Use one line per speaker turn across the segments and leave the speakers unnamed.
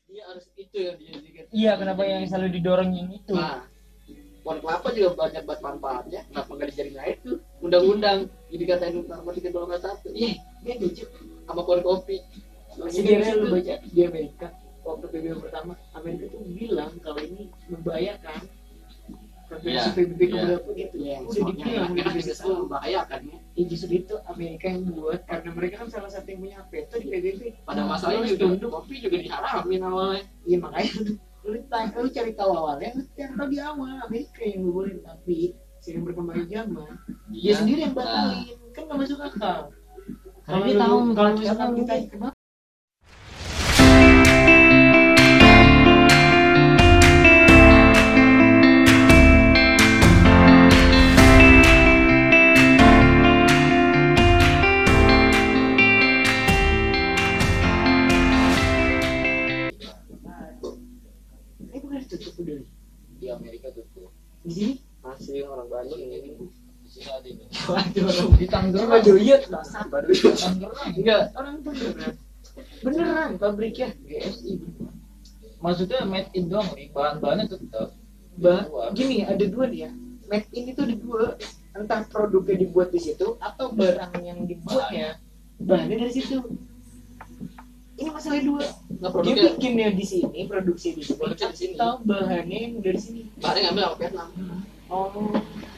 dia harus itu yang dijadikan.
Iya, kenapa yang selalu didorongin itu?
Nah, pohon kelapa juga banyak buat manfaatnya. Kenapa nggak dijadiin air tuh? Undang-undang jadi katain narkotika golongan 1.
Iya, dia lucu.
Sama pohon kopi.
Sejarah lu baca di Amerika waktu PBB pertama, Amerika tuh bilang kalau ini membahayakan. Konvensi PBB keberapa gitu ya? Udah dibilang udah
bisa membahayakan ya.
Ya justru itu Amerika yang buat, karena mereka kan salah satu yang punya veto di PBB.
Pada masalahnya juga kopi juga diharamin awalnya.
Iya makanya lu cari tahu awalnya, lu cari tahu di awal Amerika yang ngebolehin, tapi sering berkembang zaman dia sendiri yang batalin, kan nggak masuk akal.
Karena dia tahu
kalau misalkan kita kenapa? Ini bukan tutup udah
Di Amerika tuh
di sini.
masih orang Bandung ini di sini ada ini.
Waduh, orang di Tangerang Baduyut dasar Baduyut Tangerang.
Enggak,
Orang beneran. Beneran pabriknya GSI.
Maksudnya made in doang nih, bahan-bahannya tetap.
Gini, ada dua nih ya. Made in itu ada dua. Entah produknya dibuat di situ atau barang yang dibuatnya bahannya dari situ. Ini masalah dua.
nggak
Dia
produknya
bikinnya di sini, produksi di sini,
Produksi di sini.
atau bahannya yang dari sini.
barang ngambil sama Vietnam.
Oh,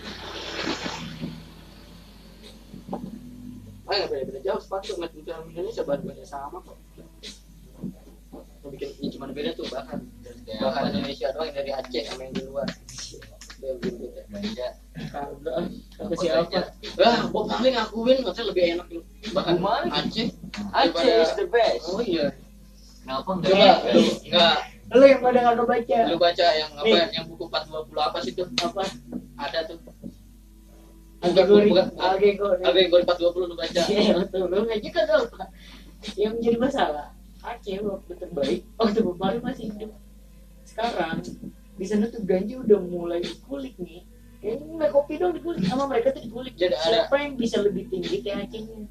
Nggak beda-beda jauh sepatu made in Indonesia bahan-bahannya sama kok. Yang bikin ini cuma beda tuh bahan Indonesia doang yang dari Aceh sama yang di luar. Dia bikin beda.
Ganja.
kagak. Kata siapa?
Bob Marley ngakuin nggak lebih enak bahan
Marley?
Aceh.
Aceh is the best.
Oh iya.
Kenapa enggak?
Coba lu nggak
Lu yang pada nggak kebaca.
lu baca yang apa
Nih.
yang buku 420 apa sih tuh?
Apa?
Ada tuh.
Algegori.
Bukan.
Algegori.
Apa yang gue 420 lu baca?
Iya, betul. Lu nggak juga tahu. Yang menjadi masalah, Aceh waktu terbaik, waktu Bob Marley masih hidup. Sekarang di sana tuh ganja udah mulai dikulik nih. Kayaknya nggak kopi dong dikulik, sama mereka tuh dikulik.
Jadi ada-
Siapa yang bisa lebih tinggi kayak Acehnya?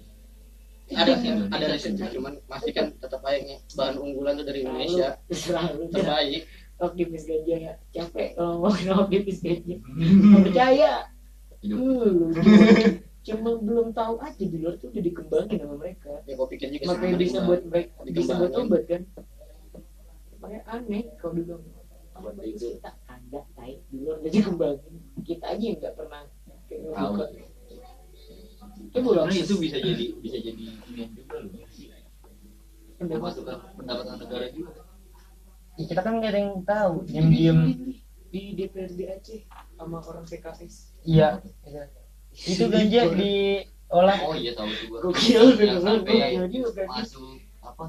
Ada risetnya cuman masih kan tetap aja bahan unggulan tuh dari Indonesia
Selalu
terbaik.
optimis ganja ya. Capek kalau ngomongin optimis ganja. Nggak percaya.
Hidup.
Cuma belum tahu aja di luar tuh udah dikembangin sama mereka.
Ya gue pikir juga
Makanya
sama
bisa
juga.
buat mereka, bisa buat
Dikembangin.
obat kan. Makanya aneh kalau dulu obat
Obat
bagus
itu.
kita ada tai di luar udah dikembangin. Kita aja yang nggak pernah kayak
Tahu.
ngebuka. Itu belum
Sebenarnya itu bisa jadi ini juga loh.
pendapat
Pendapatan negara juga.
Ya, kita kan nggak ada yang tahu, diam-diam.
di DPRD Aceh sama orang PKS.
Iya, gitu. Itu ganja diolah.
Oh iya tahu juga.
Gokil,
Yang
beneran
sampai
gokil juga kan.
masuk apa?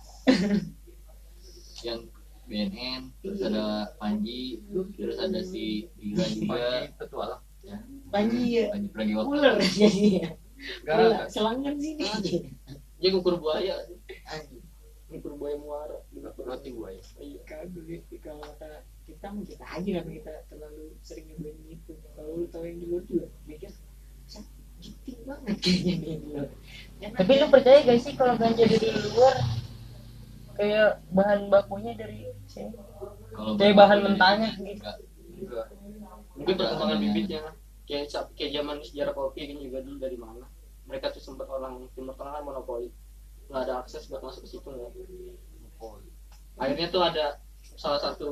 Yang BNN, terus ada Panji, terus ada si Dira juga.
Petualang.
Ya.
Panji ya.
Panji Pragiwaksono.
Ular jadinya.
Enggak.
Selangan sini.
Dia ngukur buaya.
Anjing. Ini buaya muara juga
Roti buaya.
iya kagak gitu kalau kata kita mah kita aja karena kita terlalu sering nyobain itu. Kalau lu tahu yang di luar juga mikir sakit banget kayaknya dia di luar.
Tapi lu percaya gak sih kalau ganja dari luar kayak bahan bakunya dari sini?
Kalau
Kayak bahan mentahnya gitu.
Enggak.
Mungkin perkembangan bibitnya kayak zaman sejarah kopi kan juga dulu dari mana. Mereka tuh sempat orang Timur Tengah kan monopoli. Nggak ada akses buat masuk ke situ nggak. Akhirnya tuh ada salah satu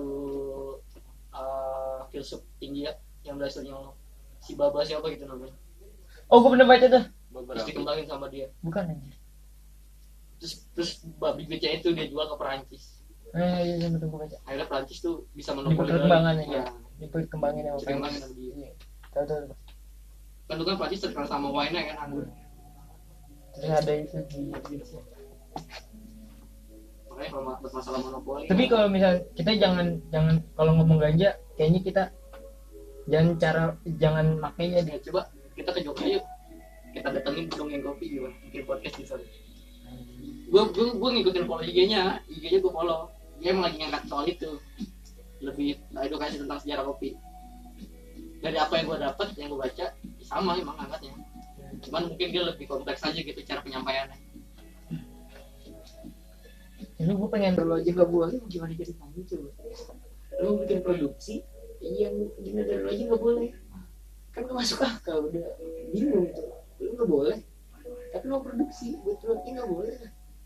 filsuf India yang berhasil nyolong si Baba siapa gitu namanya.
Oh, gue pernah baca tuh.
Terus dikembangin sama dia.
Bukan anjir.
Terus bibitnya itu dia jual ke Perancis.
Iya, betul gue baca.
Akhirnya Perancis tuh bisa
Di
monopoli.
perkembangannya
Ya,
ya. Di perkembangannya apa?
dikembangin sama dia.
Iya. Tahu.
Kan tuh kan Perancis terkenal sama wine-nya kan anggur.
Terus ada itu di
Makanya kalau buat masalah monopoli.
Tapi kalau misal kita jangan kalau ngomong ganja, kayaknya kita jangan makainya
Ya, coba kita ke Jogja yuk. Kita datengin dongeng kopi gimana? Bikin podcast di sana. Gue ngikutin follow IG-nya gue follow. Dia emang lagi ngangkat soal itu. Lebih edukasi tentang sejarah kopi. Dari apa yang gue dapat, yang gue baca, sama emang ngangkatnya. Cuman mungkin dia lebih kompleks aja gitu cara penyampaiannya.
Jadi gue pengen
Kalau aja nggak boleh gimana ceritanya coba? Lu bikin produksi yang gini dari lu aja nggak boleh, kan nggak masuk akal, udah bingung tuh. Lu nggak boleh, tapi mau produksi buat roti nggak boleh.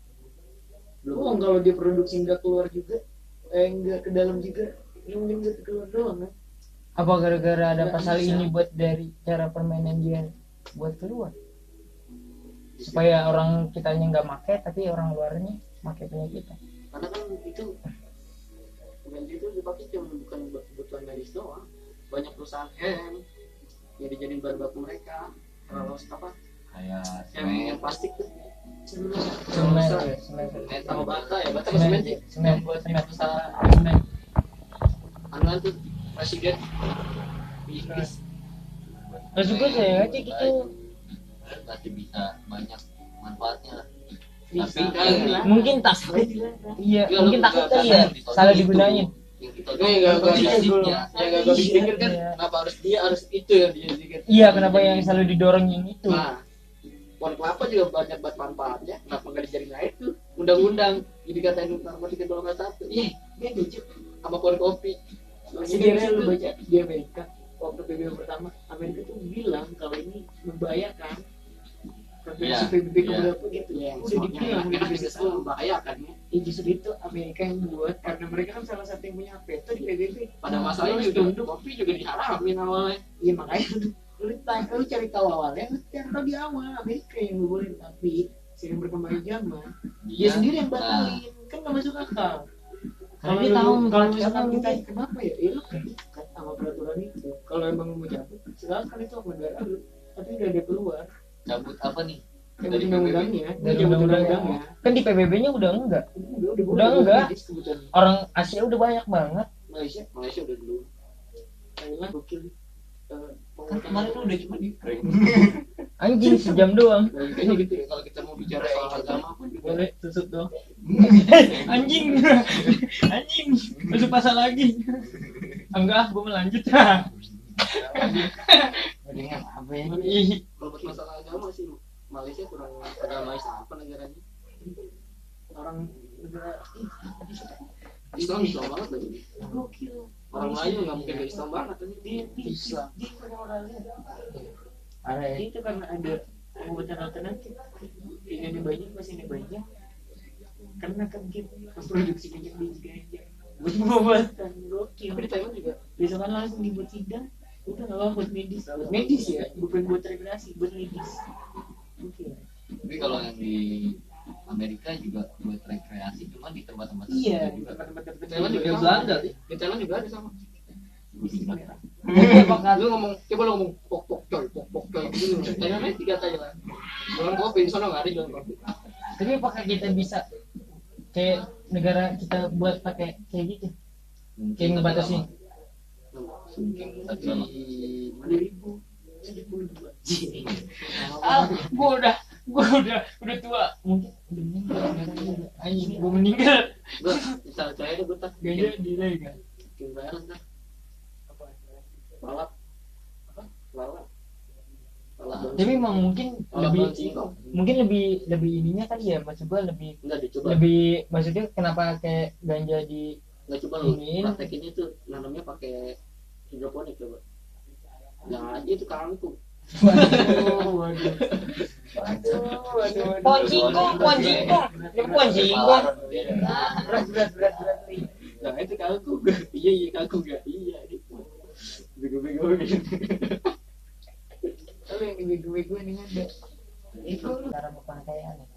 Belum kalau dia produksi nggak keluar juga, nggak ke dalam juga, yang mungkin nggak keluar doang kan?
apa gara-gara ada
Nggak
pasal
bisa.
ini buat dari cara permainan dia buat keluar supaya orang kitanya nggak make tapi orang luarnya make punya kita.
Karena kan itu ganja itu dipakai cuma bukan buat kebutuhan medis doang, banyak perusahaan yang dijadiin bahan baku mereka. Kalau apa
Kayak
yang plastik tuh
Semen, semen,
sama bata ya, bata apa semen sih
semen,
yang buat
semen.
usaha
semen.
anuan tuh presiden di Inggris.
Maksud gue saya aja gitu.
pasti bisa banyak manfaatnya lah.
Bisa.
Tapi
Kan,
Mungkin takut. Iya,
Iya,
mungkin
lu
takut
nggak
kali ya
bisa
salah
gitu.
digunain.
yang kita
Nggak, nggak
basicnya.
yang gak gue pikir kan
Iya.
kenapa harus dia harus itu yang dia dikit.
Iya, kenapa yang selalu didorongin itu?
Nah, pohon kelapa juga banyak banget manfaatnya. Kenapa nggak dijadiin air tuh? Undang-undang. Jadi katain narkotika golongan 1. Ih, dia lucu. Sama pohon kopi.
Sejarah lu baca di Amerika waktu PBB pertama, Amerika tuh bilang kalau ini membahayakan
Iya,
frekuensi PBB
iya.
keberapa gitu.
Iya,
Udah dibilang, udah
bisnis
dibilang.
membahayakan ya.
Ya justru itu Amerika yang buat, karena mereka kan salah satu yang punya veto di PBB.
Pada masanya
Lu
juga
tunduk.
kopi juga diharamin awalnya.
Iya makanya lu cari tahu awalnya, lu cari tahu di awal Amerika yang nggak boleh, tapi sering berkembang zaman dia sendiri yang batalin, kan nggak masuk akal.
Karena dia tahu
kalau
manfaatnya
misalkan
mungkin.
ditanya kenapa ya, lu terikat sama peraturan itu. Kalau emang mau cabut, silakan itu hak negara lu, tapi nggak ada keluar.
Cabut apa nih?
Cabut
Dari
undang-undangnya,
Dari
cabut
undang-undangnya.
undang-undangnya.
Kan di PBB-nya udah enggak.
Udah
Udah enggak.
medis kebutuhan.
Orang Asia udah banyak banget.
Malaysia udah dulu.
Thailand gokil.
Kan kemarin lu udah cuma di prank.
Anjing sejam doang.
Kayaknya gitu ya kalau kita mau bicara soal agama pun juga.
boleh tutup dong.
Anjing. Anjing. Masuk pasal lagi. Enggak, gue melanjut.
Dengan apa ya?
Ih,
Kalau buat masalah agama sih Malaysia kurang agamais apa negaranya.
Orang negara
Islam banget lagi.
gokil.
Orang Melayu nggak mungkin gak Islam banget kan.
Islam. Dia punya moralnya.
ada ya.
Itu karena ada pengobatan alternatif. Ini banyak, masih ini banyak. Karena kan kita produksi banyak di ganja. Buat pengobatan, gokil.
Tapi di Thailand juga.
Besok kan langsung dibuat sidang. Udah nggak apa buat medis. Buat medis ya, bukan buat rekreasi, buat medis. Gokil.
Tapi kalau yang di Amerika juga buat rekreasi, cuma di tempat-tempat
Iya,
tertentu
di
juga.
tempat-tempat
Di Thailand juga
tertentu.
Belanda sih. Di Thailand juga ada sama.
Jadi apakah
Lu ngomong, coba lu ngomong pok pok coy. Gitu. Thailandnya 3 Thailand. Jualan kopi di sana nggak ada jualan kopi.
tapi apakah kita bisa kayak negara kita buat pakai kayak gitu? Kayak ngebatasin.
Mungkin tapi lama.
Di mana?
2072.
Ah, gua udah tua. Mungkin udah meninggal. Anjing, gua meninggal.
Gua misalnya coy ada gue tak.
Ganja delay kan.
Bikin Thailand dah. Lalap. Apa? Lalap. Lalap.
Tapi emang mungkin lebih
Singkong.
mungkin lebih ininya kali ya, maksud gua lebih
Enggak dicoba.
lebih maksudnya kenapa kayak ganja di
Nggak coba lu
Ini.
praktekinnya tuh nanamnya pakai hidroponik coba. Jangan aja itu kangkung.
Waduh.
pohon singkong. Ini pohon singkong.
Berat.
Nah itu kangkung gak? Iya kangkung gak? Iya gitu. Bego-bego gitu.
Tapi yang bego-bego ini ada.
Itu cara pemakaian ya.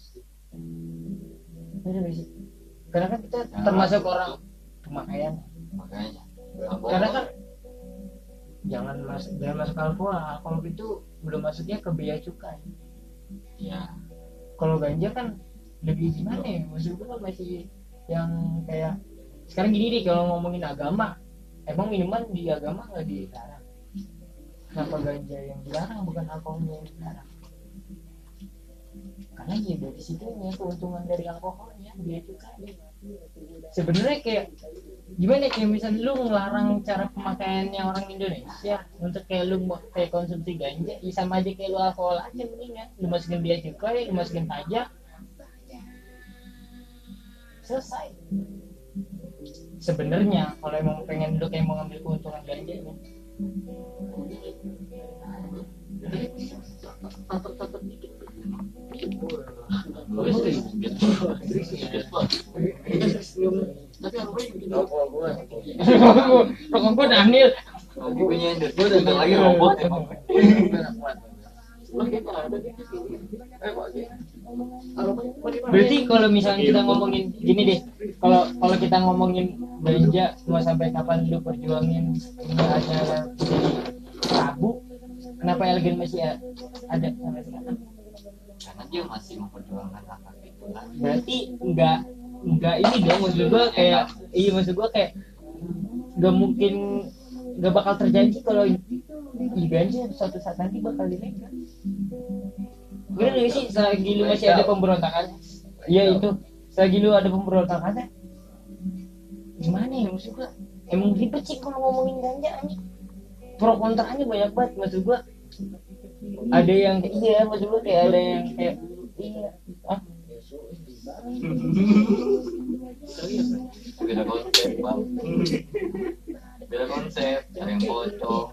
Bener gak sih? Karena kan kita termasuk orang pemakaian.
Makanya.
Karena kan jangan masuk alkohol itu belum masuknya ke bea cukai.
ya
Kalau ganja kan lebih gimana ya, maksudnya kan masih yang kayak sekarang gini deh, kalau ngomongin agama, emang minuman di agama nggak dilarang? Kenapa ganja yang dilarang bukan alkoholnya yang dilarang? Karena ya dari situ ya keuntungan dari alkoholnya bea cukai. Sebenarnya kayak gimana, kayak misalnya lu ngelarang cara pemakaiannya orang Indonesia untuk kayak lu mau kayak konsumsi ganja, ya sama aja kayak lu alkohol aja, mendingan lu masukin bea cukai, lu masukin pajak, selesai. Sebenarnya kalau emang pengen lu kayak mau ngambil keuntungan ganjanya,
tatar dikit. Tapi apa yang
rokok gua Daniel.
Gue nyender, gue udah lagi robot ya.
Berarti kalau misalnya kita ngomongin gini deh, kalau kita ngomongin belanja mau sampai kapan lu perjuangin ini aja jadi tabu, kenapa elegan masih ada sampai sekarang?
Karena dia masih memperjuangkan hak itu kan.
Berarti enggak ini dong, maksud gua kayak iya maksud gua kayak nggak mungkin, nggak bakal terjadi kalau diganja suatu saat nanti bakal dilegal. Bener nggak sih, selagi lu masih ada pemberontakan? Iya itu, selagi lu ada pemberontakannya, gimana ya maksud gua? Emang ribet sih kalau ngomongin ganja nih. Pro kontranya banyak banget maksud gua. Ada yang iya maksud gua kayak ada yang kayak iya.
Beda konsep bang. Beda konsep, ada yang pocong.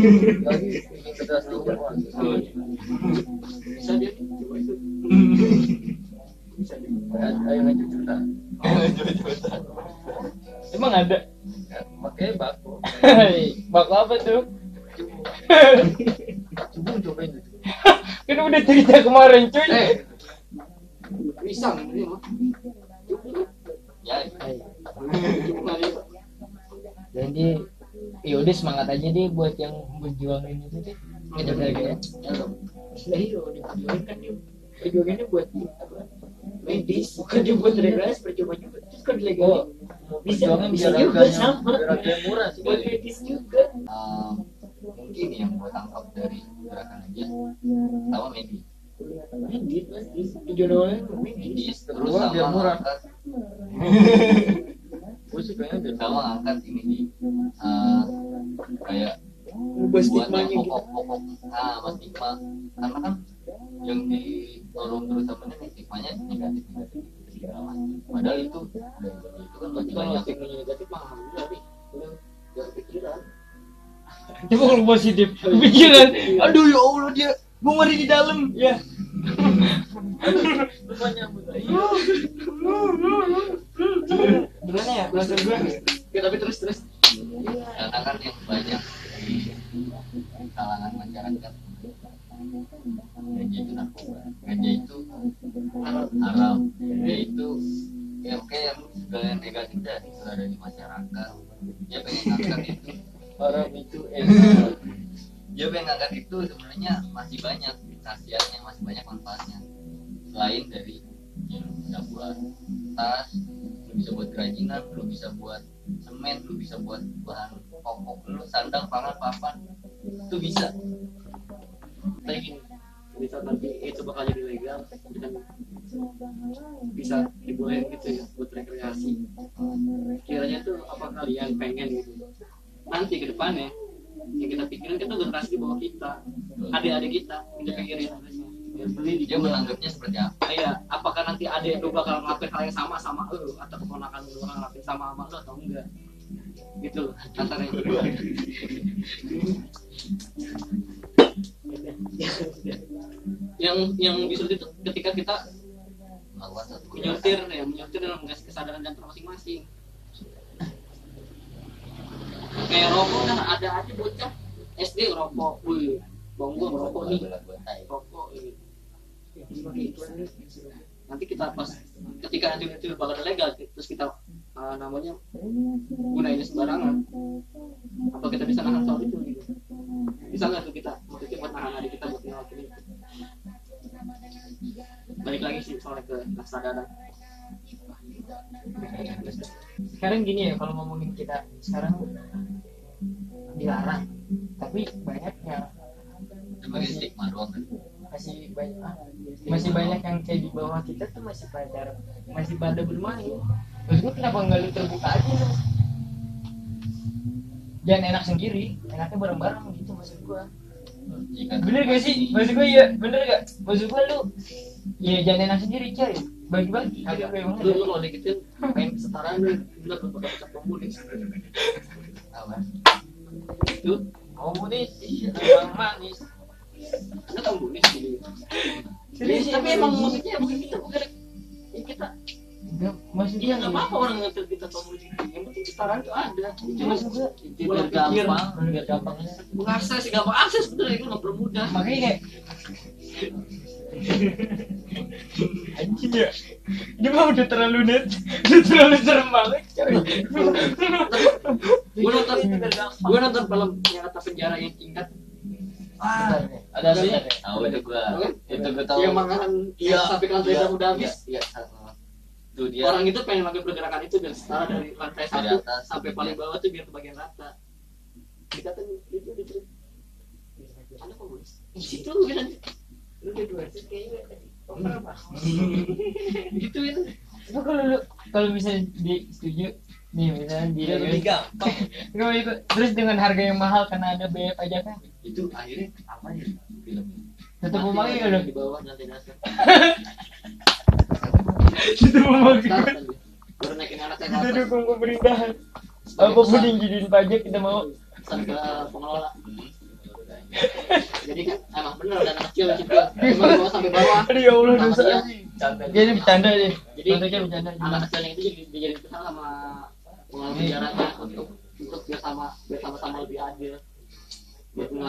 bisa dia coba itu. Bisa dia.
Ayo lanjut cerita.
Emang ada?
Makanya baku.
Bak apa tuh?
Cobain itu.
Kan udah cerita kemarin cuy.
Pisang ini mah.
Ya,
Jadi yaudah semangat aja deh buat yang berjuangin itu deh. Gitu aja ya.
Lah iya, diperjuangin kan dia. Perjuangannya buat apa? Medis, bukan dia buat rekreasi, percuma juga. Terus kan legal. Bisa juga sama.
biar murah sih.
Buat medis juga.
Mungkin yang gue tangkap dari gerakan aja sama medis.
Medis pasti. Tujuan awalnya medis.
Terus sama ngangkat
Gue sih kayaknya
sama ngangkat ini di kayak
ubah
buat yang
stigmanya gitu.
pokok-pokok mas stigma, karena kan yang didorong terus sama ini stigmanya negatif segala macam. Padahal itu kan masih banyak.
Stigmanya negatif mah alhamdulillah nih. Udah gak kepikiran.
Coba kalau positif kepikiran, aduh ya Allah dia mau ngeri di dalam ya. Gimana ya bahasa gue?
Ya, tapi terus
Karena kan yang banyak di kalangan masyarakat ganja itu narkoba, ganja itu haram, ganja itu ya oke yang segala yang negatif dari ada di masyarakat. Dia pengen ngangkat itu,
Haram itu
dia pengen ngangkat itu sebenarnya masih banyak khasiatnya, masih banyak manfaatnya selain dari yang bisa buat tas, lu bisa buat kerajinan, lu bisa buat semen, lu bisa buat bahan pokok, lu sandang, pangan, papan, itu bisa.
kita ingin bisa nanti itu bakal jadi legal dan bisa dibolehin gitu ya buat rekreasi. Kiranya tuh apa kalian pengen gitu nanti ke depannya yang kita pikirin kita generasi di bawah kita, adik-adik kita pikirin ya, beli
Dia menanggapnya seperti apa?
ya apakah nanti adik lu bakal ngelakuin hal yang sama lu atau keponakan lu bakal ngelakuin sama lu atau enggak gitu loh antara yang kedua. yang disuruh itu ketika kita
Melakukan satu
menyortir dalam kesadaran dan masing-masing. Kayak rokok kan ada aja bocah SD rokok, wih bang gua ngerokok nih, rokok ini. Nanti kita pas ketika nanti itu bakal legal terus kita namanya gunain sembarangan, apa kita bisa nahan soal itu gitu? Bisa nggak tuh kita maksudnya buat nahan adik kita buat ngelakuin itu? Balik lagi sih soalnya ke kesadaran.
Sekarang gini ya, kalau ngomongin kita sekarang dilarang, tapi banyak yang
sebagai stigma doang kan.
masih banyak yang kayak di bawah kita tuh masih pada bermain. Terus gue kenapa nggak lu terbuka aja lu? Jangan enak sendiri, enaknya bareng-bareng gitu maksud gue.
Jika
Bener gak sih? Maksud gue iya, bener gak? Maksud gue lu ya jangan enak sendiri coy. bagi-bagi agak memang
Lu kalau dikitin pengen kesetaraan lu bener lu bakal pecah komunis.
Apa?
Itu
komunis yang manis.
ada komunis gitu.
Serius,
Tapi emang maksudnya bukan kita
enggak
iya
maksudnya
nggak apa-apa orang ngerti kita komunis itu. Yang penting kesetaraan itu ada.
maksud gua
Biar gampang, biar gampang.
Mengakses gampang akses bener itu mempermudah.
makanya kayak anjing ya dia mah udah terlalu net udah terlalu serem banget coy.
Gue nonton film yang kata penjara yang tingkat.
Ada sih. Tahu itu gua. Itu gua tahu.
Yang makanan
Iya.
sampai lantai udah habis.
Iya. Itu dia.
Orang itu pengen melakukan pergerakan itu dan setara dari lantai
Dari
1
atas
sampai
sampai
paling
dia.
bawah tuh biar ke bagian rata. Dikata itu ada komunis. Di situ gue nanti. Lu dia dua sih kayaknya apa? Gitu itu.
Coba kalau bisa setuju nih misalnya di
Biar lebih gampang.
Gua ikut terus dengan harga yang mahal karena ada biaya pajaknya
Itu akhirnya apa ya film?
tetap memakai kan lo
Di bawah lantai dasar.
tetap memakai
Ntar kan dia. Baru naikin anak saya ke
kita
atas.
dukung pemerintahan apapun yang jadiin pajak kita mau
Pesan ke pengelola. Jadi kan emang bener ada anak kecil di situ. Emang bawa sampai bawah.
aduh ya Allah
Sama
dosa
dia.
jadi bercanda deh
Jadi
konteksnya bercanda
anak kecilnya itu dijadiin kesal sama pengelola penjaranya untuk biar sama-sama lebih adil. Buat